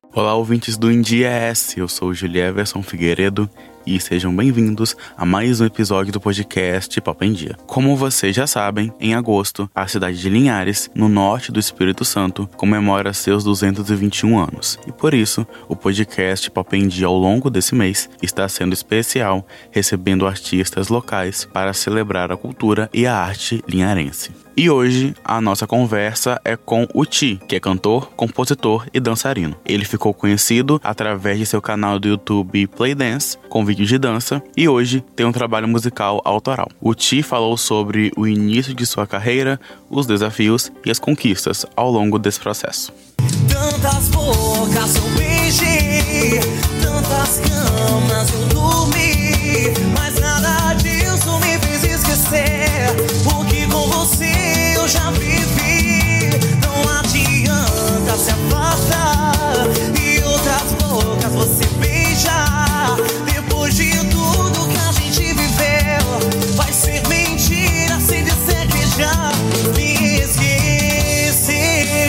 Olá, ouvintes do IndiaS, eu sou o Julieverson Figueiredo e sejam bem-vindos a mais um episódio do podcast Pop em Dia. Como vocês já sabem, em agosto, a cidade de Linhares, no norte do Espírito Santo, comemora seus 221 anos. E por isso, o podcast Pop em Dia ao longo desse mês está sendo especial, recebendo artistas locais para celebrar a cultura e a arte linharense. E hoje, a nossa conversa é com o Ti, que é cantor, compositor e dançarino. Ele ficou conhecido através de seu canal do YouTube Playdance, com vídeos de dança, e hoje tem um trabalho musical autoral. O Ti falou sobre o início de sua carreira, os desafios e as conquistas ao longo desse processo. Tantas bocas eu beijei, tantas camas eu dormi, mas nada disso me fez esquecer o que com você eu já vivi. Não adianta se afastar e outras bocas você beijar. Depois de tudo que a gente viveu, vai ser mentira sem dizer que já me esqueceu.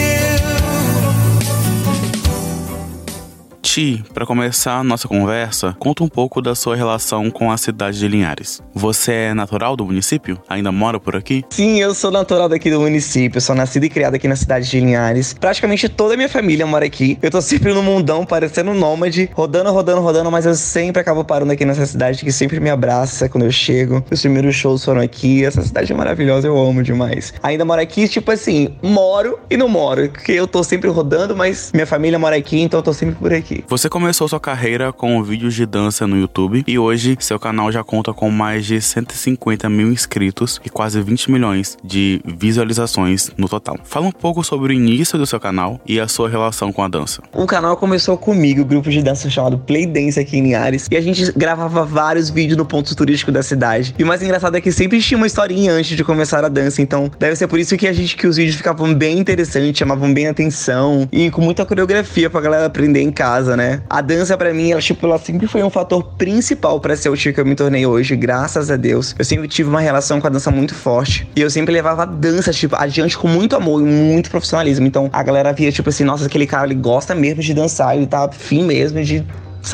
Ti, para começar a nossa conversa, conta um pouco da sua relação com a cidade de Linhares. Você é natural do município? Ainda mora por aqui? Sim, eu sou natural daqui do município, eu sou nascido e criado aqui na cidade de Linhares. Praticamente toda a minha família mora aqui. Eu tô sempre no mundão, parecendo um nômade, rodando, mas eu sempre acabo parando aqui nessa cidade que sempre me abraça quando eu chego. Os primeiros shows foram aqui, essa cidade é maravilhosa, eu amo demais. Ainda moro aqui, tipo assim, moro e não moro, porque eu tô sempre rodando, mas minha família mora aqui, então eu tô sempre por aqui. Você começou sua carreira com vídeos de dança no YouTube e hoje seu canal já conta com mais de 150 mil inscritos e quase 20 milhões de visualizações no total. Fala um pouco sobre o início do seu canal e a sua relação com a dança. O canal começou comigo, um grupo de dança chamado Playdance aqui em Linhares, e a gente gravava vários vídeos no ponto turístico da cidade. E o mais engraçado é que sempre tinha uma historinha antes de começar a dança, então deve ser por isso que os vídeos ficavam bem interessantes, chamavam bem atenção e com muita coreografia pra galera aprender em casa, né? A dança pra mim, ela sempre foi um fator principal pra ser o tipo que eu me tornei hoje, graças a Deus. Eu sempre tive uma relação com a dança muito forte e eu sempre levava a dança, adiante com muito amor e muito profissionalismo. Então a galera via, assim, nossa, aquele cara, ele gosta mesmo de dançar, ele tá afim mesmo de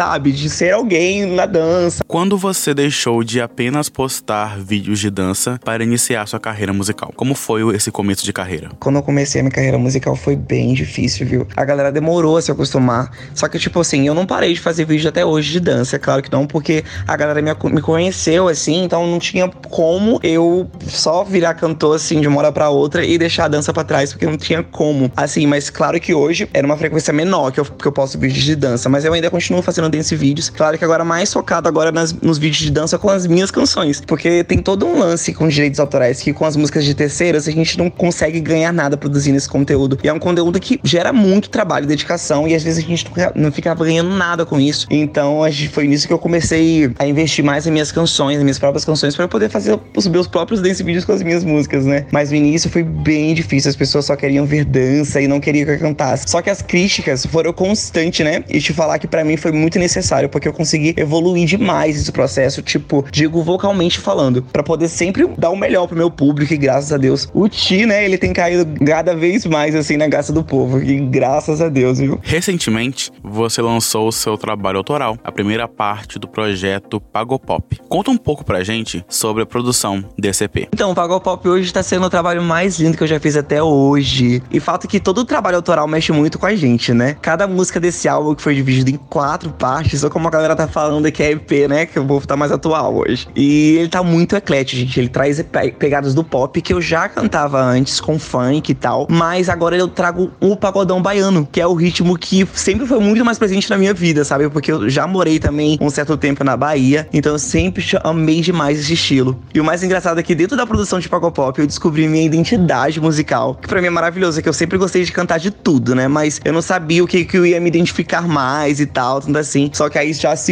ser alguém na dança. Quando você deixou de apenas postar vídeos de dança para iniciar sua carreira musical? Como foi esse começo de carreira? Quando eu comecei a minha carreira musical foi bem difícil, viu? A galera demorou a se acostumar. Só que, eu não parei de fazer vídeo até hoje de dança. É claro que não, porque a galera me conheceu, assim, então não tinha como eu só virar cantor, assim, de uma hora pra outra e deixar a dança pra trás, porque não tinha como. Assim, mas claro que hoje era uma frequência menor que eu posto vídeos de dança, mas eu ainda continuo fazendo dance vídeos. Claro que agora mais focado nos vídeos de dança com as minhas canções, porque tem todo um lance com direitos autorais que com as músicas de terceiros a gente não consegue ganhar nada produzindo esse conteúdo, e é um conteúdo que gera muito trabalho e dedicação, e às vezes a gente não ficava ganhando nada com isso. Então foi nisso que eu comecei a investir mais nas minhas canções, nas minhas próprias canções, para eu poder fazer os meus próprios dance vídeos com as minhas músicas, né? Mas no início foi bem difícil, as pessoas só queriam ver dança e não queriam que eu cantasse. Só que as críticas foram constantes, né? E te falar que pra mim foi muito necessário, porque eu consegui evoluir demais esse processo, digo vocalmente falando, pra poder sempre dar o melhor pro meu público, e graças a Deus, o Ti, né, ele tem caído cada vez mais, assim, na graça do povo, e graças a Deus, viu? Recentemente, você lançou o seu trabalho autoral, a primeira parte do projeto Pagopop. Conta um pouco pra gente sobre a produção desse EP. Então, o Pagopop hoje tá sendo o trabalho mais lindo que eu já fiz até hoje, e fato que todo o trabalho autoral mexe muito com a gente, né? Cada música desse álbum, que foi dividido em 4 partes, ou como a galera tá falando que é EP, né? Que o povo tá mais atual hoje. E ele tá muito eclético, gente. Ele traz pegadas do pop que eu já cantava antes, com funk e tal. Mas agora eu trago o pagodão baiano, que é o ritmo que sempre foi muito mais presente na minha vida, sabe? Porque eu já morei também um certo tempo na Bahia. Então eu sempre amei demais esse estilo. E o mais engraçado é que dentro da produção de Pagopop eu descobri minha identidade musical, que pra mim é maravilhoso, é que eu sempre gostei de cantar de tudo, né? Mas eu não sabia o que eu ia me identificar mais e tal, tanto assim. Só que aí já se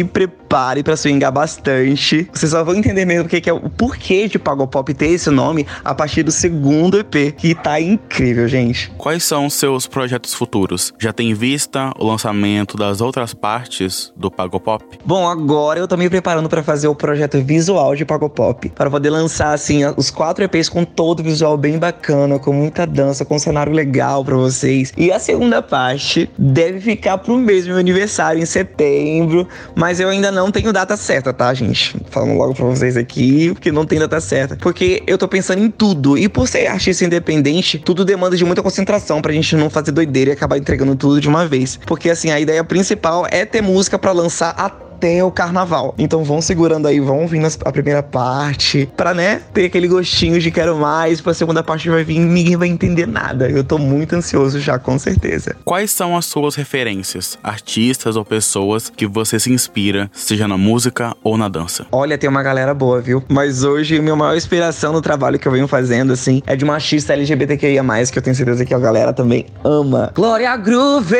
prepare pra swingar bastante. Vocês só vão entender mesmo o porquê de Pagopop ter esse nome a partir do segundo EP, que tá incrível, gente. Quais são seus projetos futuros? Já tem em vista o lançamento das outras partes do Pagopop? Bom, agora eu tô me preparando pra fazer o projeto visual de Pagopop, para poder lançar, assim, os 4 EPs com todo o visual bem bacana, com muita dança, com um cenário legal pra vocês. E a segunda parte deve ficar pro mês do meu aniversário, em setembro, mas eu ainda não tenho data certa, tá, gente? Falando logo pra vocês aqui, porque não tem data certa. Porque eu tô pensando em tudo, e por ser artista independente, tudo demanda de muita concentração pra gente não fazer doideira e acabar entregando tudo de uma vez. Porque, assim, a ideia principal é ter música pra lançar até o carnaval. Então vão segurando aí, vão ouvindo a primeira parte pra, né, ter aquele gostinho de quero mais. Pra segunda parte vai vir e ninguém vai entender nada. Eu tô muito ansioso já, com certeza. Quais são as suas referências? Artistas ou pessoas que você se inspira, seja na música ou na dança? Olha, tem uma galera boa, viu? Mas hoje, minha maior inspiração no trabalho que eu venho fazendo, assim, é de uma artista LGBTQIA+, que eu tenho certeza que a galera também ama. Glória Groove!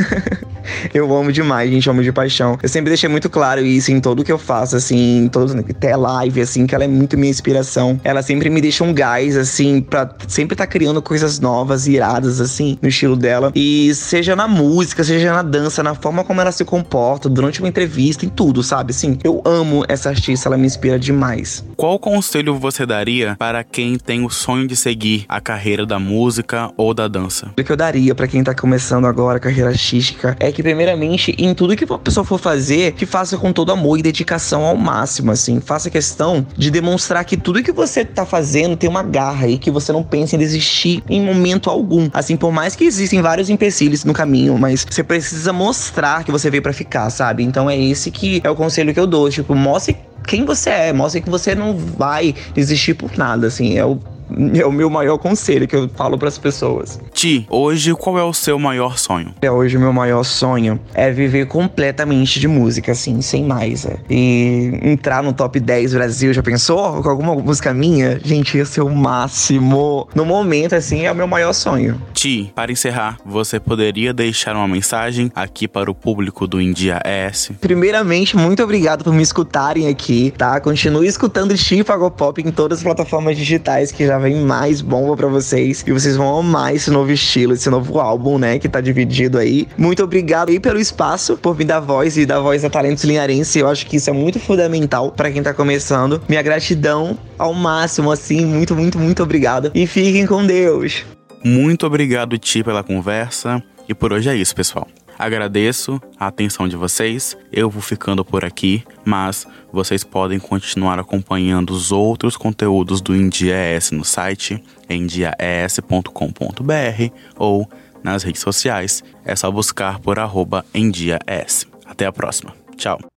Eu amo demais, gente, eu amo de paixão. Eu sempre deixei muito claro isso em tudo que eu faço, assim, até live, assim, que ela é muito minha inspiração. Ela sempre me deixa um gás, assim, pra sempre tá criando coisas novas, iradas, assim, no estilo dela. E seja na música, seja na dança, na forma como ela se comporta, durante uma entrevista, em tudo, sabe? Assim, eu amo essa artista, ela me inspira demais. Qual conselho você daria para quem tem o sonho de seguir a carreira da música ou da dança? O que eu daria pra quem tá começando agora a carreira artística é que, primeiramente, em tudo que a pessoa for fazer, que faça com todo amor e dedicação ao máximo, assim. Faça questão de demonstrar que tudo que você tá fazendo tem uma garra e que você não pensa em desistir em momento algum. Assim, por mais que existem vários empecilhos no caminho, mas você precisa mostrar que você veio pra ficar, sabe? Então é esse que é o conselho que eu dou. Tipo, mostre quem você é, mostre que você não vai desistir por nada, assim. É o meu maior conselho que eu falo pras pessoas. Ti, hoje qual é o seu maior sonho? Hoje o meu maior sonho é viver completamente de música, assim, sem mais. E entrar no top 10 Brasil, já pensou? Com alguma música minha? Gente, ia ser o máximo. No momento, assim, é o meu maior sonho. Ti, para encerrar, você poderia deixar uma mensagem aqui para o público do India ES? Primeiramente, muito obrigado por me escutarem aqui, tá? Continue escutando Ti Pagopop em todas as plataformas digitais, que já vem mais bomba pra vocês. E vocês vão amar esse novo estilo, esse novo álbum, né? Que tá dividido aí. Muito obrigado aí pelo espaço, por me dar voz e dar voz a talentos linharenses. Eu acho que isso é muito fundamental pra quem tá começando. Minha gratidão ao máximo, assim. Muito, muito, muito obrigado. E fiquem com Deus. Muito obrigado, Ti, pela conversa. E por hoje é isso, pessoal. Agradeço a atenção de vocês, eu vou ficando por aqui, mas vocês podem continuar acompanhando os outros conteúdos do India ES no site endiaes.com.br ou nas redes sociais, é só buscar por @endiaes. Até a próxima, tchau!